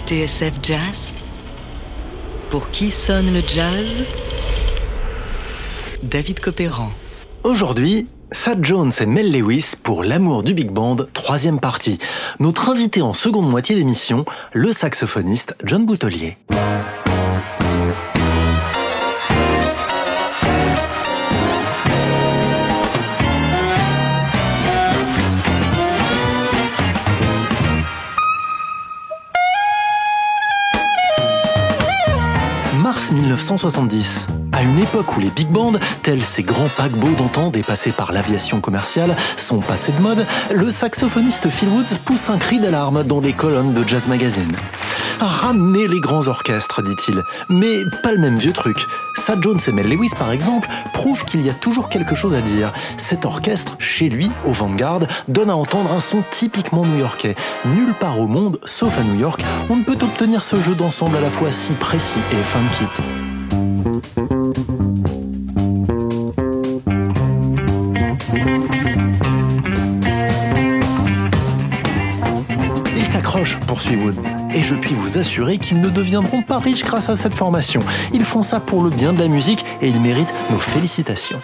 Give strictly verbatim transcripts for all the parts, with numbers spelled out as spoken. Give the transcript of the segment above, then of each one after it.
T S F Jazz. Pour qui sonne le jazz? David Copéran. Aujourd'hui, Thad Jones et Mel Lewis pour L'amour du Big Band, troisième partie. Notre invité en seconde moitié d'émission, le saxophoniste John Boutelier. mars dix-neuf cent soixante-dix. À une époque où les big bands, tels ces grands paquebots d'antan dépassés par l'aviation commerciale, sont passés de mode, le saxophoniste Phil Woods pousse un cri d'alarme dans les colonnes de Jazz Magazine. Ramenez les grands orchestres, dit-il. Mais pas le même vieux truc. Thad Jones et Mel Lewis, par exemple, prouvent qu'il y a toujours quelque chose à dire. Cet orchestre, chez lui, au Vanguard, donne à entendre un son typiquement new-yorkais. Nulle part au monde, sauf à New York, on ne peut obtenir ce jeu d'ensemble à la fois si précis et funky. Ils s'accrochent, poursuit Woods, et je puis vous assurer qu'ils ne deviendront pas riches grâce à cette formation. Ils font ça pour le bien de la musique et ils méritent nos félicitations.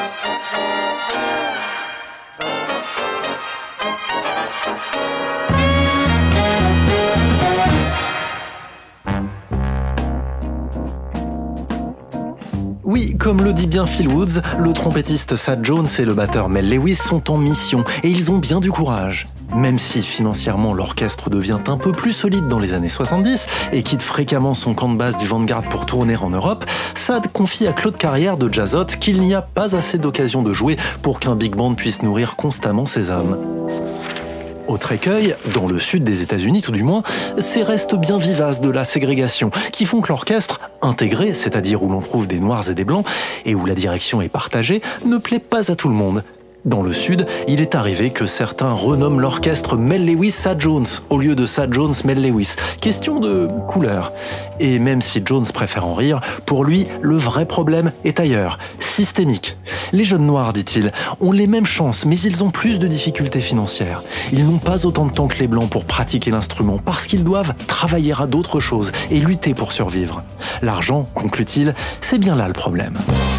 Oui, comme le dit bien Phil Woods, le trompettiste Thad Jones et le batteur Mel Lewis sont en mission et ils ont bien du courage. Même si financièrement l'orchestre devient un peu plus solide dans les années soixante-dix et quitte fréquemment son camp de base du Vanguard pour tourner en Europe, Thad confie à Claude Carrière de Jazzotte qu'il n'y a pas assez d'occasions de jouer pour qu'un big band puisse nourrir constamment ses hommes. Autre écueil, dans le sud des États-Unis tout du moins, ces restes bien vivaces de la ségrégation qui font que l'orchestre, intégré, c'est-à-dire où l'on trouve des noirs et des blancs, et où la direction est partagée, ne plaît pas à tout le monde. Dans le sud, il est arrivé que certains renomment l'orchestre Mel Lewis-Thad Jones au lieu de Thad Jones-Mel Lewis. Question de couleur. Et même si Jones préfère en rire, pour lui, le vrai problème est ailleurs, systémique. Les jeunes noirs, dit-il, ont les mêmes chances, mais ils ont plus de difficultés financières. Ils n'ont pas autant de temps que les blancs pour pratiquer l'instrument, parce qu'ils doivent travailler à d'autres choses et lutter pour survivre. L'argent, conclut-il, c'est bien là le problème.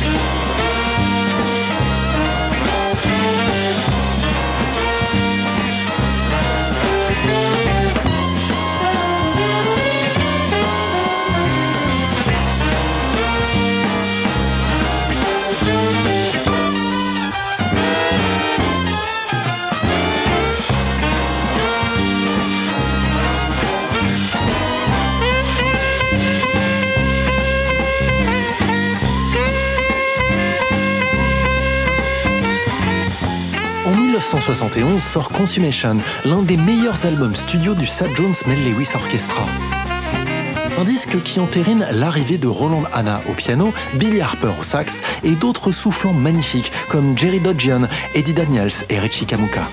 En dix-neuf cent soixante et onze sort Consummation, l'un des meilleurs albums studio du Thad Jones Mel Lewis Orchestra. Un disque qui entérine l'arrivée de Roland Hanna au piano, Billy Harper au sax et d'autres soufflants magnifiques comme Jerry Dodgian, Eddie Daniels et Richie Kamuka.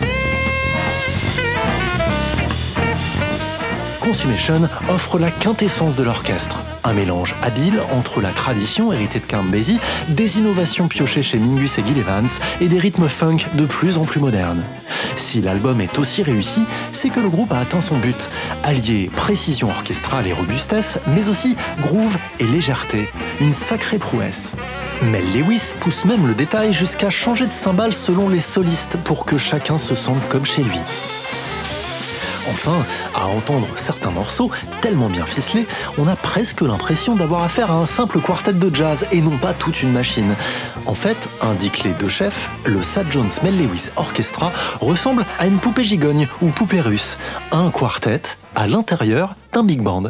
Consummation offre la quintessence de l'orchestre. Un mélange habile entre la tradition héritée de Count Basie, des innovations piochées chez Mingus et Gil Evans et des rythmes funk de plus en plus modernes. Si l'album est aussi réussi, c'est que le groupe a atteint son but, allier précision orchestrale et robustesse, mais aussi groove et légèreté. Une sacrée prouesse. Mel Lewis pousse même le détail jusqu'à changer de cymbale selon les solistes pour que chacun se sente comme chez lui. Enfin, à entendre certains morceaux tellement bien ficelés, on a presque l'impression d'avoir affaire à un simple quartet de jazz et non pas toute une machine. En fait, indiquent les deux chefs, le Thad Jones Mel Lewis Orchestra ressemble à une poupée gigogne ou poupée russe, un quartet à l'intérieur d'un big band.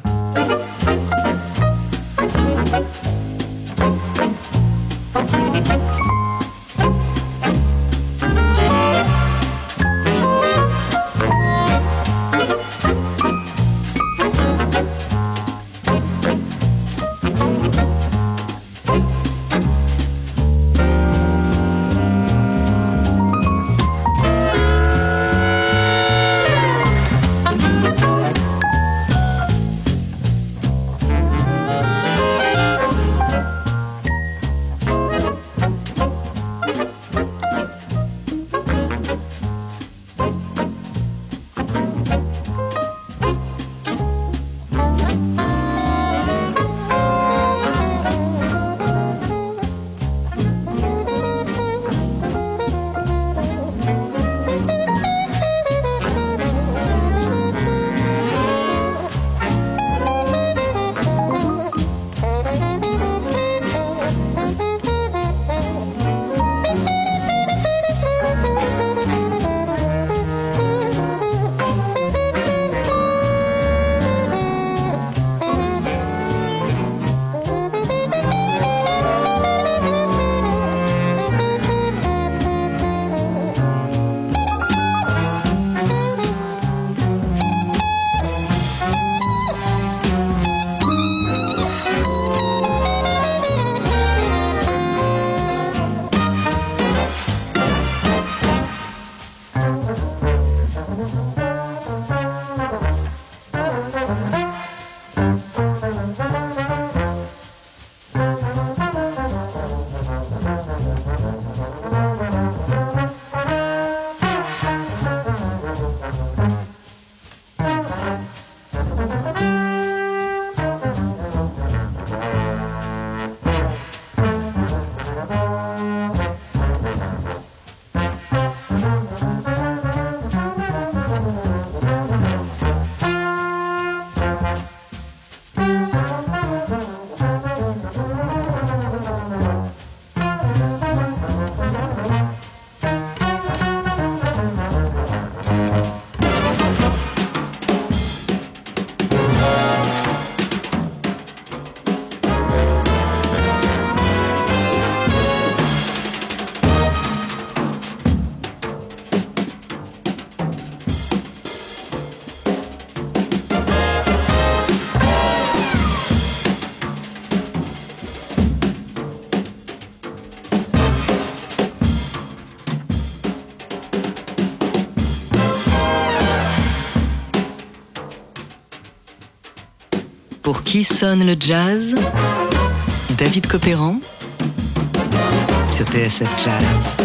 Pour qui sonne le jazz? David Copéran sur T S F Jazz.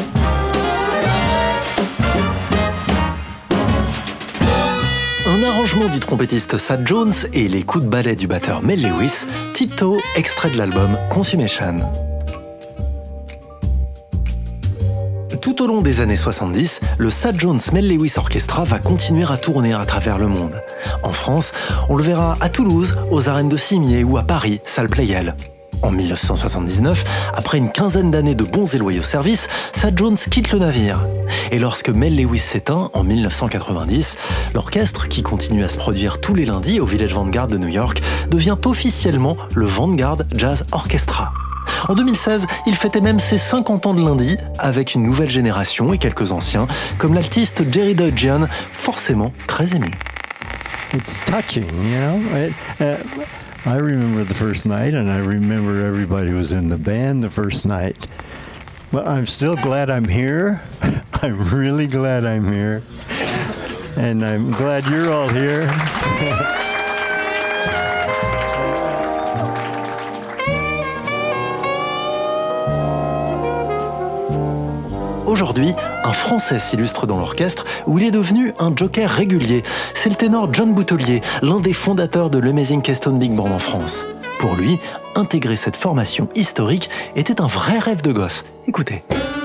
Un arrangement du trompettiste Thad Jones et les coups de ballet du batteur Mel Lewis, Tiptoe, extrait de l'album Consummation. Tout au long des années soixante-dix, le Thad Jones Mel Lewis Orchestra va continuer à tourner à travers le monde. En France, on le verra à Toulouse, aux arènes de Cimier ou à Paris, salle Pleyel. En dix-neuf cent soixante-dix-neuf, après une quinzaine d'années de bons et loyaux services, Thad Jones quitte le navire. Et lorsque Mel Lewis s'éteint en dix-neuf cent quatre-vingt-dix, l'orchestre, qui continue à se produire tous les lundis au Village Vanguard de New York, devient officiellement le Vanguard Jazz Orchestra. En deux mille seize, il fêtait même ses cinquante ans de lundi, avec une nouvelle génération et quelques anciens, comme l'altiste Jerry Dudgeon, forcément très ému. It's touching, you know. It, uh, I remember the first night, and I remember everybody was in the band the first night. But I'm still glad I'm here. I'm really glad I'm here. And I'm glad you're all here. Aujourd'hui, un Français s'illustre dans l'orchestre où il est devenu un joker régulier. C'est le ténor John Boutelier, l'un des fondateurs de l'Amazing Keystone Big Band en France. Pour lui, intégrer cette formation historique était un vrai rêve de gosse. Écoutez.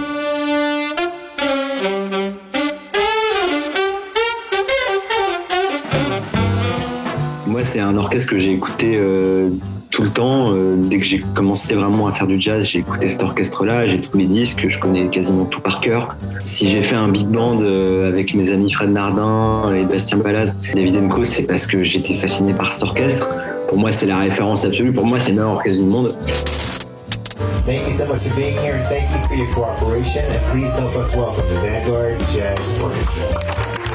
Moi, c'est un orchestre que j'ai écouté euh, tout le temps. Euh, dès que j'ai commencé vraiment à faire du jazz, j'ai écouté cet orchestre-là, j'ai tous les disques, je connais quasiment tout par cœur. Si j'ai fait un big band euh, avec mes amis Fred Nardin et Bastien Balaz, David Enco, c'est parce que j'étais fasciné par cet orchestre. Pour moi, c'est la référence absolue. Pour moi, c'est le meilleur orchestre du monde. Thank you so much for being here and thank you for your cooperation and please help us welcome the Vanguard Jazz Orchestra.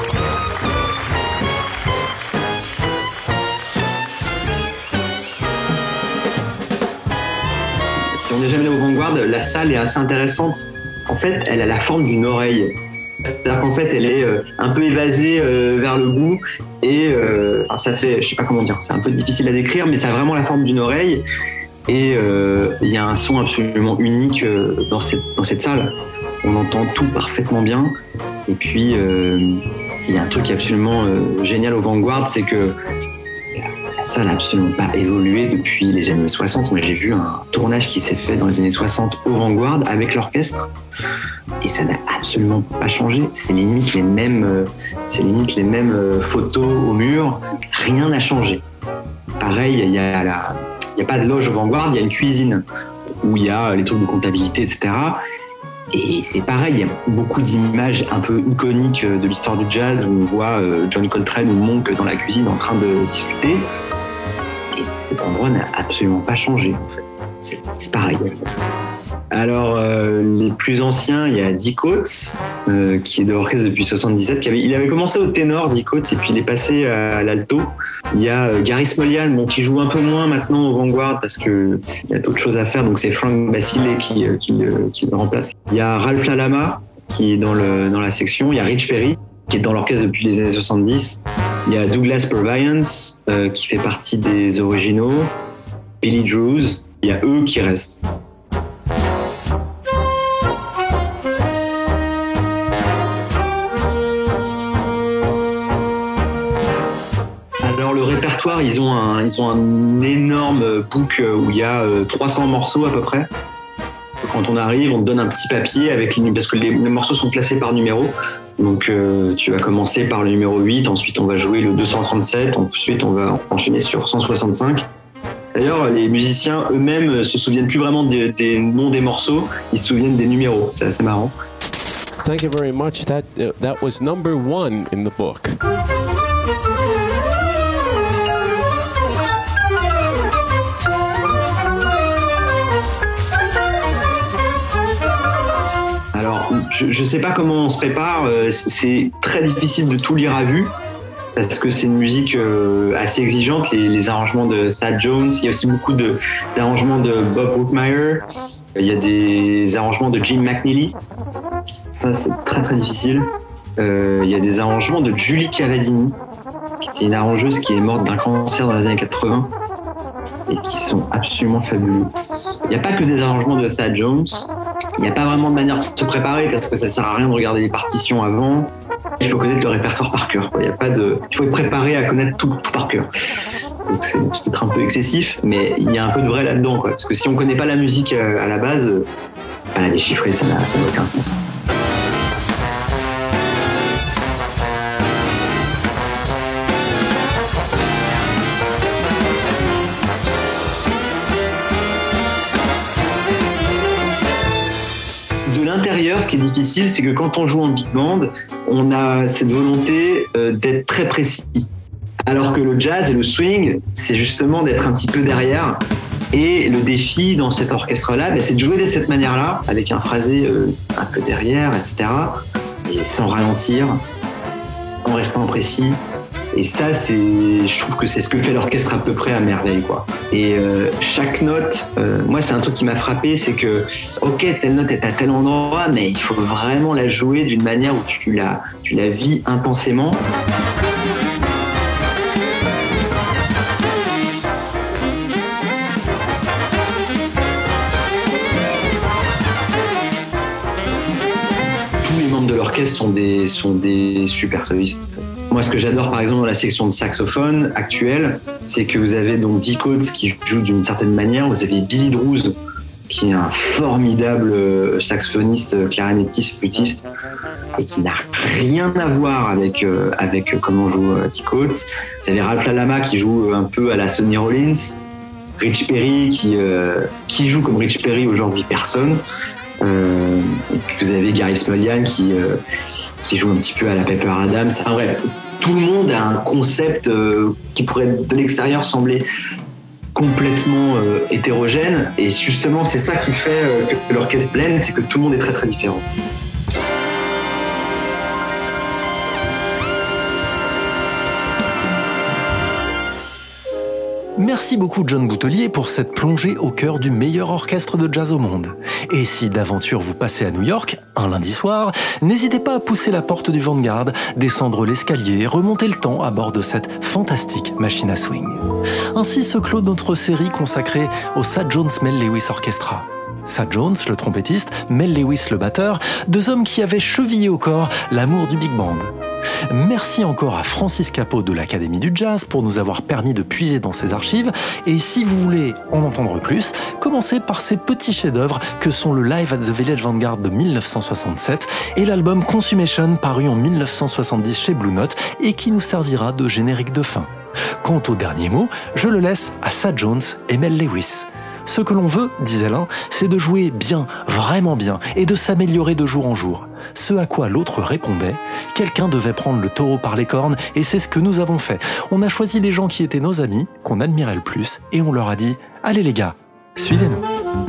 Si on n'est jamais allé au Vanguard, la salle est assez intéressante. En fait, elle a la forme d'une oreille. C'est-à-dire qu'en fait, elle est euh, un peu évasée euh, vers le bout et euh, enfin, ça fait, je sais pas comment dire, c'est un peu difficile à décrire, mais ça a vraiment la forme d'une oreille et il euh, y a un son absolument unique euh, dans, cette, dans cette salle. On entend tout parfaitement bien et puis il euh, y a un truc qui est absolument euh, génial au Vanguard, c'est que la salle n'a absolument pas évolué depuis les années soixante. Moi, j'ai vu un tournage qui s'est fait dans les années soixante au Vanguard avec l'orchestre. Et ça n'a absolument pas changé. C'est limite les mêmes, euh, c'est limite les mêmes euh, photos au mur. Rien n'a changé. Pareil, il y a la, il y a pas de loge au Vanguard, il y a une cuisine où il y a les trucs de comptabilité, et cetera. Et c'est pareil, il y a beaucoup d'images un peu iconiques de l'histoire du jazz où on voit euh, John Coltrane ou Monk dans la cuisine en train de discuter. Et cet endroit n'a absolument pas changé, en fait. C'est, c'est pareil. Alors, euh, les plus anciens, il y a Dick Oates, euh, qui est de l'orchestre depuis soixante-dix-sept. Qui avait, il avait commencé au ténor, Dick Oates, et puis il est passé à l'alto. Il y a euh, Gary Smolian, bon, qui joue un peu moins maintenant au Vanguard parce qu'il y a d'autres choses à faire, donc c'est Frank Basile qui, euh, qui, le, qui le remplace. Il y a Ralph Lalama, qui est dans, le, dans la section. Il y a Rich Perry, qui est dans l'orchestre depuis les années soixante-dix. Il y a Douglas Purviance, euh, qui fait partie des originaux. Billy Drews. Il y a eux qui restent. Alors le répertoire, ils ont un, ils ont un énorme book où il y a trois cents morceaux à peu près. Quand on arrive, on te donne un petit papier avec les, parce que les, les morceaux sont classés par numéro. Donc euh, tu vas commencer par le numéro huit, ensuite on va jouer le deux cent trente-sept, ensuite on va enchaîner sur cent soixante-cinq. D'ailleurs, les musiciens eux-mêmes se souviennent plus vraiment des, des noms des morceaux, ils se souviennent des numéros. C'est assez marrant. Thank you very much. That uh, that was number one in the book. Alors, je, je sais pas comment on se prépare. C'est très difficile de tout lire à vue. Parce que c'est une musique euh, assez exigeante, les, les arrangements de Thad Jones, il y a aussi beaucoup de, d'arrangements de Bob Brookmeyer, il y a des arrangements de Jim McNeely, ça c'est très très difficile. Euh, il y a des arrangements de Julie Cavadini, qui était une arrangeuse qui est morte d'un cancer dans les années quatre-vingts. et qui sont absolument fabuleux. Il n'y a pas que des arrangements de Thad Jones, il n'y a pas vraiment de manière de se préparer parce que ça ne sert à rien de regarder les partitions avant. Il faut connaître le répertoire par cœur. Il y a pas de... il faut être préparé à connaître tout, tout par cœur. Donc c'est peut-être un peu excessif, mais il y a un peu de vrai là-dedans, quoi. Parce que si on ne connaît pas la musique à la base, bah, la déchiffrer, ça n'a aucun sens. De l'intérieur, ce qui est difficile, c'est que quand on joue en big band, on a cette volonté euh, d'être très précis. Alors que le jazz et le swing, c'est justement d'être un petit peu derrière. Et le défi dans cet orchestre-là, bah, c'est de jouer de cette manière-là, avec un phrasé euh, un peu derrière, et cetera. Et sans ralentir, en restant précis. Et ça, c'est, je trouve que c'est ce que fait l'orchestre à peu près à merveille, quoi. Et euh, chaque note, euh, moi, c'est un truc qui m'a frappé, c'est que, ok, telle note est à tel endroit, mais il faut vraiment la jouer d'une manière où tu la, tu la vis intensément. Tous les membres de l'orchestre sont des, sont des super solistes. Moi, ce que j'adore, par exemple, dans la section de saxophone actuelle, c'est que vous avez donc Dick Coates qui joue d'une certaine manière, vous avez Billy Drewes qui est un formidable saxophoniste, clarinettiste, flûtiste, et qui n'a rien à voir avec, euh, avec comment joue euh, Dick Coates. Vous avez Ralph Lalama qui joue un peu à la Sonny Rollins, Rich Perry qui, euh, qui joue comme Rich Perry aujourd'hui personne, euh, et puis vous avez Gary Smulyan qui, euh, qui joue un petit peu à la Pepper Adams. Enfin, bref, tout le monde a un concept euh, qui pourrait de l'extérieur sembler complètement euh, hétérogène, et justement c'est ça qui fait euh, que l'orchestre blend, c'est que tout le monde est très très différent. Merci beaucoup John Boutelier pour cette plongée au cœur du meilleur orchestre de jazz au monde. Et si d'aventure vous passez à New York, un lundi soir, n'hésitez pas à pousser la porte du Vanguard, descendre l'escalier et remonter le temps à bord de cette fantastique machine à swing. Ainsi se clôt notre série consacrée au Thad Jones Mel Lewis Orchestra. Thad Jones, le trompettiste, Mel Lewis, le batteur, deux hommes qui avaient chevillé au corps l'amour du big band. Merci encore à Francis Capot de l'Académie du Jazz pour nous avoir permis de puiser dans ses archives. Et si vous voulez en entendre plus, commencez par ces petits chefs-d'œuvre que sont le Live at the Village Vanguard de dix-neuf cent soixante-sept et l'album Consumation paru en dix-neuf cent soixante-dix chez Blue Note et qui nous servira de générique de fin. Quant au dernier mot, je le laisse à Thad Jones et Mel Lewis. Ce que l'on veut, disait l'un, c'est de jouer bien, vraiment bien, et de s'améliorer de jour en jour. Ce à quoi l'autre répondait, quelqu'un devait prendre le taureau par les cornes, et c'est ce que nous avons fait. On a choisi les gens qui étaient nos amis, qu'on admirait le plus, et on leur a dit « Allez les gars, suivez-nous ».